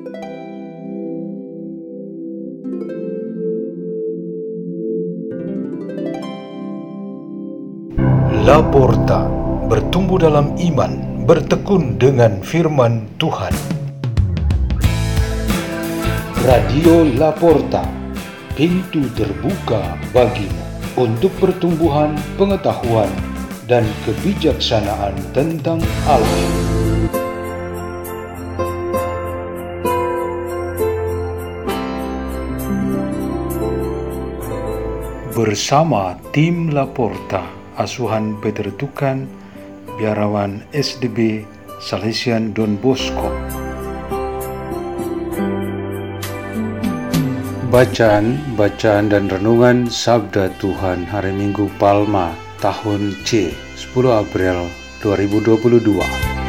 Laporta, bertumbuh dalam iman, bertekun dengan firman Tuhan. Radio Laporta, pintu terbuka bagimu untuk pertumbuhan pengetahuan dan kebijaksanaan tentang Allah. Bersama tim Laporta, asuhan Peter Tukan, biarawan SDB Salesian Don Bosco. Bacaan dan renungan Sabda Tuhan hari Minggu Palma tahun C 10 April 2022.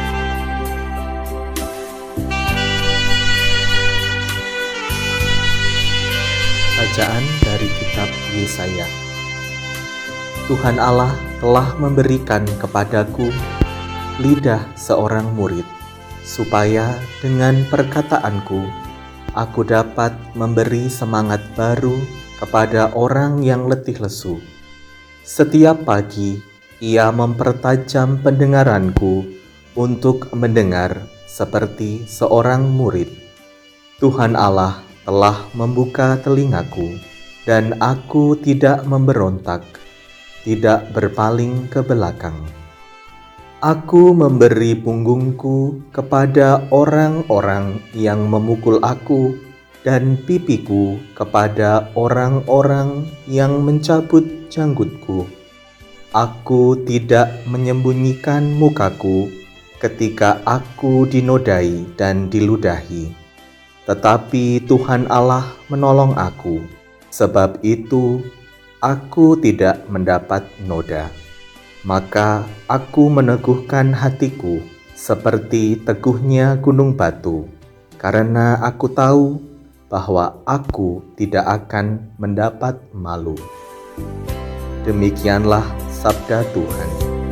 Bacaan dari kitab Yesaya. Tuhan Allah telah memberikan kepadaku lidah seorang murid, supaya dengan perkataanku aku dapat memberi semangat baru kepada orang yang letih lesu. Setiap pagi ia mempertajam pendengaranku untuk mendengar seperti seorang murid. Tuhan Allah telah membuka telingaku, dan aku tidak memberontak, tidak berpaling ke belakang. Aku memberi punggungku kepada orang-orang yang memukul aku, dan pipiku kepada orang-orang yang mencabut janggutku. Aku tidak menyembunyikan mukaku ketika aku dinodai dan diludahi. Tetapi Tuhan Allah menolong aku, sebab itu aku tidak mendapat noda. Maka aku meneguhkan hatiku seperti teguhnya gunung batu, karena aku tahu bahwa aku tidak akan mendapat malu. Demikianlah sabda Tuhan.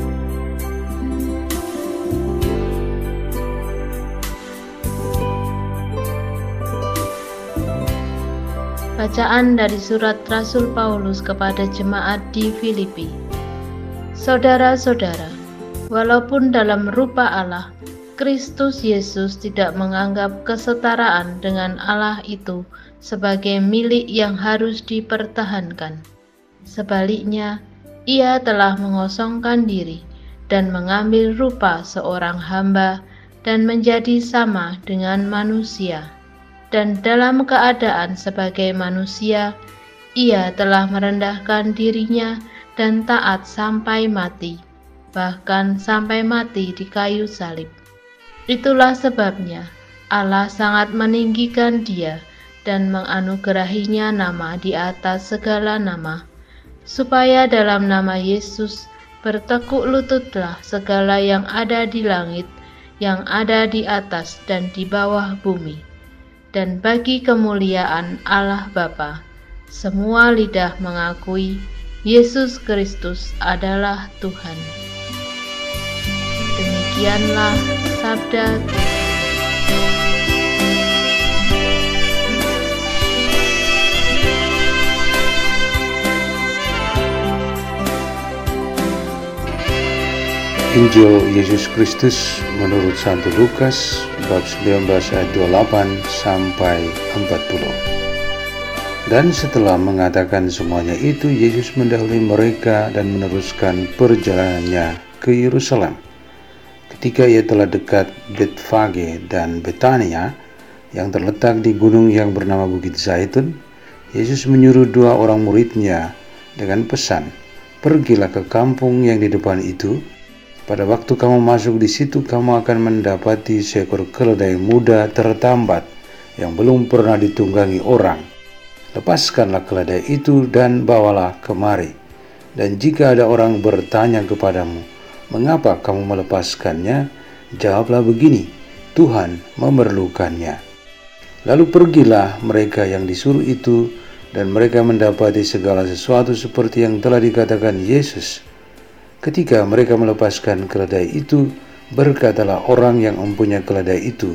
Bacaan dari surat Rasul Paulus kepada jemaat di Filipi. Saudara-saudara, walaupun dalam rupa Allah, Kristus Yesus tidak menganggap kesetaraan dengan Allah itu sebagai milik yang harus dipertahankan. Sebaliknya, ia telah mengosongkan diri dan mengambil rupa seorang hamba dan menjadi sama dengan manusia. Dan dalam keadaan sebagai manusia, ia telah merendahkan dirinya dan taat sampai mati, bahkan sampai mati di kayu salib. Itulah sebabnya Allah sangat meninggikan dia dan menganugerahinya nama di atas segala nama, supaya dalam nama Yesus bertekuk lututlah segala yang ada di langit, yang ada di atas dan di bawah bumi. Dan bagi kemuliaan Allah Bapa, semua lidah mengakui Yesus Kristus adalah Tuhan. Demikianlah sabda Tuhan. Injil Yesus Kristus menurut Santo Lukas bab 19 ayat 28 sampai 40. Dan setelah mengatakan semuanya itu, Yesus mendahului mereka dan meneruskan perjalanannya ke Yerusalem. Ketika ia telah dekat Betfage dan Betania yang terletak di gunung yang bernama Bukit Zaitun, Yesus menyuruh 2 orang muridnya dengan pesan, "Pergilah ke kampung yang di depan itu. Pada waktu kamu masuk di situ, kamu akan mendapati seekor keledai muda tertambat yang belum pernah ditunggangi orang. Lepaskanlah keledai itu dan bawalah kemari. Dan jika ada orang bertanya kepadamu, mengapa kamu melepaskannya? Jawablah begini, Tuhan memerlukannya." Lalu pergilah mereka yang disuruh itu, dan mereka mendapati segala sesuatu seperti yang telah dikatakan Yesus. Ketika mereka melepaskan keledai itu, berkatalah orang yang mempunyai keledai itu,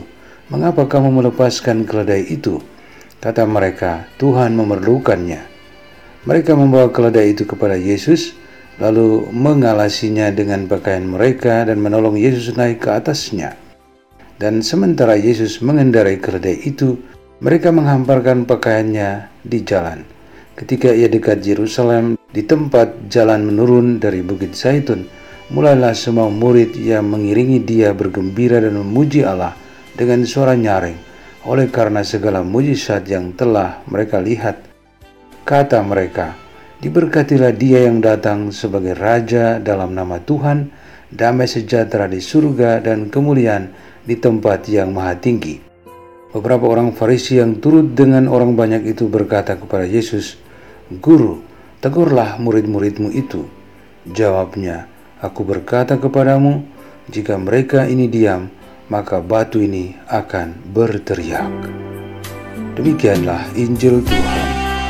"Mengapa kamu melepaskan keledai itu?" Kata mereka, "Tuhan memerlukannya." Mereka membawa keledai itu kepada Yesus, lalu mengalasinya dengan pakaian mereka dan menolong Yesus naik ke atasnya. Dan sementara Yesus mengendarai keledai itu, mereka menghamparkan pakaiannya di jalan. Ketika ia dekat Yerusalem, di tempat jalan menurun dari Bukit Zaitun, mulailah semua murid yang mengiringi dia bergembira dan memuji Allah dengan suara nyaring, oleh karena segala mujizat yang telah mereka lihat. Kata mereka, "Diberkatilah dia yang datang sebagai Raja dalam nama Tuhan, damai sejahtera di surga dan kemuliaan di tempat yang maha tinggi." Beberapa orang Farisi yang turut dengan orang banyak itu berkata kepada Yesus, "Guru, tegurlah murid-muridmu itu." Jawabnya, "Aku berkata kepadamu, jika mereka ini diam, maka batu ini akan berteriak." Demikianlah Injil Tuhan.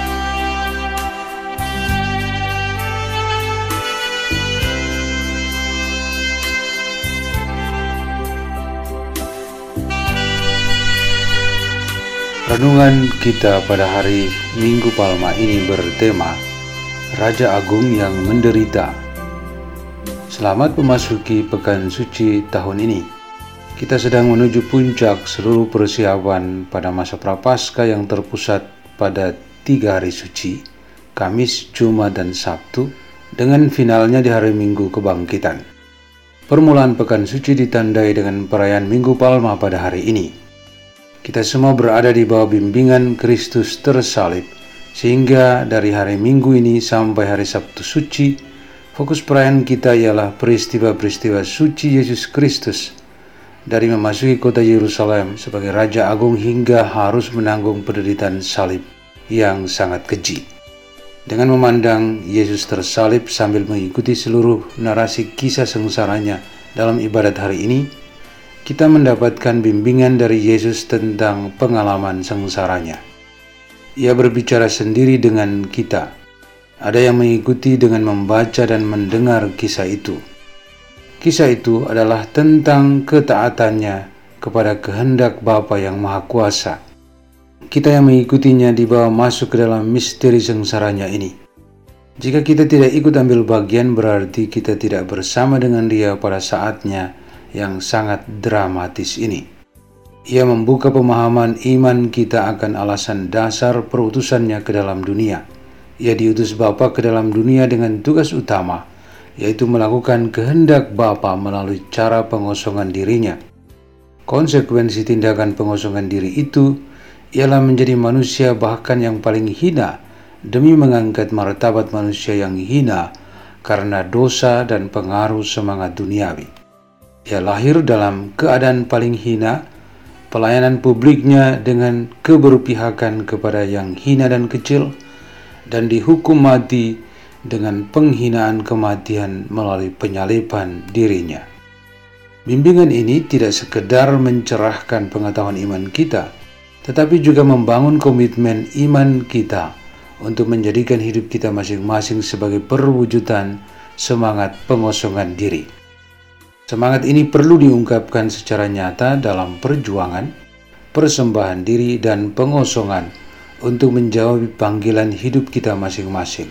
Renungan kita pada hari Minggu Palma ini bertema Raja Agung yang menderita. Selamat memasuki Pekan Suci tahun ini. Kita sedang menuju puncak seluruh persiapan pada masa Prapaskah yang terpusat pada 3 hari suci, Kamis, Jumat, dan Sabtu, dengan finalnya di hari Minggu Kebangkitan. Permulaan Pekan Suci ditandai dengan perayaan Minggu Palma pada hari ini. Kita semua berada di bawah bimbingan Kristus tersalib, sehingga dari hari Minggu ini sampai hari Sabtu Suci, fokus perayaan kita ialah peristiwa-peristiwa suci Yesus Kristus, dari memasuki kota Yerusalem sebagai Raja Agung hingga harus menanggung penderitaan salib yang sangat keji. Dengan memandang Yesus tersalib sambil mengikuti seluruh narasi kisah sengsaranya dalam ibadat hari ini, kita mendapatkan bimbingan dari Yesus tentang pengalaman sengsaranya. Ia berbicara sendiri dengan kita. Ada yang mengikuti dengan membaca dan mendengar kisah itu. Kisah itu adalah tentang ketaatannya kepada kehendak Bapa yang Maha Kuasa. Kita yang mengikutinya dibawa masuk ke dalam misteri sengsaranya ini. Jika kita tidak ikut ambil bagian, berarti kita tidak bersama dengan Dia pada saatnya yang sangat dramatis ini. Ia membuka pemahaman iman kita akan alasan dasar perutusannya ke dalam dunia. Ia diutus Bapa ke dalam dunia dengan tugas utama, yaitu melakukan kehendak Bapa melalui cara pengosongan dirinya. Konsekuensi tindakan pengosongan diri itu ialah menjadi manusia bahkan yang paling hina demi mengangkat martabat manusia yang hina karena dosa dan pengaruh semangat duniawi. Ia lahir dalam keadaan paling hina, pelayanan publiknya dengan keberpihakan kepada yang hina dan kecil, dan dihukum mati dengan penghinaan kematian melalui penyaliban dirinya. Bimbingan ini tidak sekedar mencerahkan pengetahuan iman kita, tetapi juga membangun komitmen iman kita untuk menjadikan hidup kita masing-masing sebagai perwujudan semangat pengosongan diri. Semangat ini perlu diungkapkan secara nyata dalam perjuangan, persembahan diri, dan pengosongan untuk menjawab panggilan hidup kita masing-masing.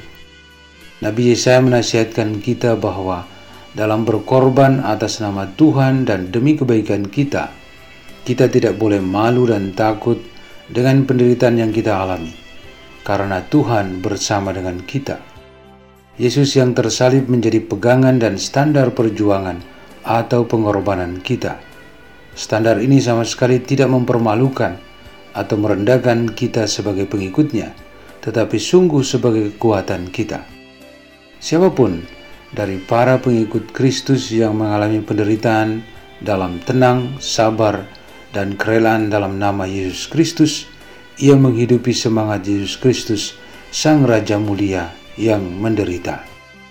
Nabi Yesaya menasihatkan kita bahwa dalam berkorban atas nama Tuhan dan demi kebaikan kita tidak boleh malu dan takut dengan penderitaan yang kita alami, karena Tuhan bersama dengan kita. Yesus yang tersalib menjadi pegangan dan standar perjuangan atau pengorbanan kita. Standar ini sama sekali tidak mempermalukan atau merendahkan kita sebagai pengikutnya, tetapi sungguh sebagai kekuatan kita. Siapapun dari para pengikut Kristus yang mengalami penderitaan dalam tenang, sabar, dan kerelaan dalam nama Yesus Kristus, ia menghidupi semangat Yesus Kristus, Sang Raja Mulia yang menderita.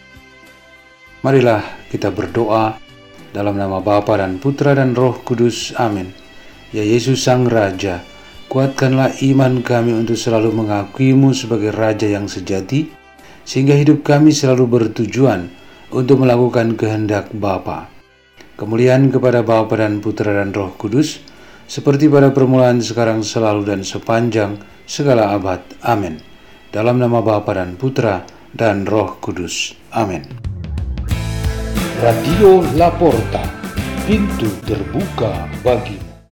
Marilah kita berdoa dalam nama Bapa dan Putra dan Roh Kudus. Amin. Ya Yesus Sang Raja, kuatkanlah iman kami untuk selalu mengakuimu sebagai Raja yang sejati, sehingga hidup kami selalu bertujuan untuk melakukan kehendak Bapa. Kemuliaan kepada Bapa dan Putra dan Roh Kudus, seperti pada permulaan, sekarang, selalu, dan sepanjang segala abad. Amin. Dalam nama Bapa dan Putra dan Roh Kudus. Amin. Radio Laporta, pintu terbuka bagi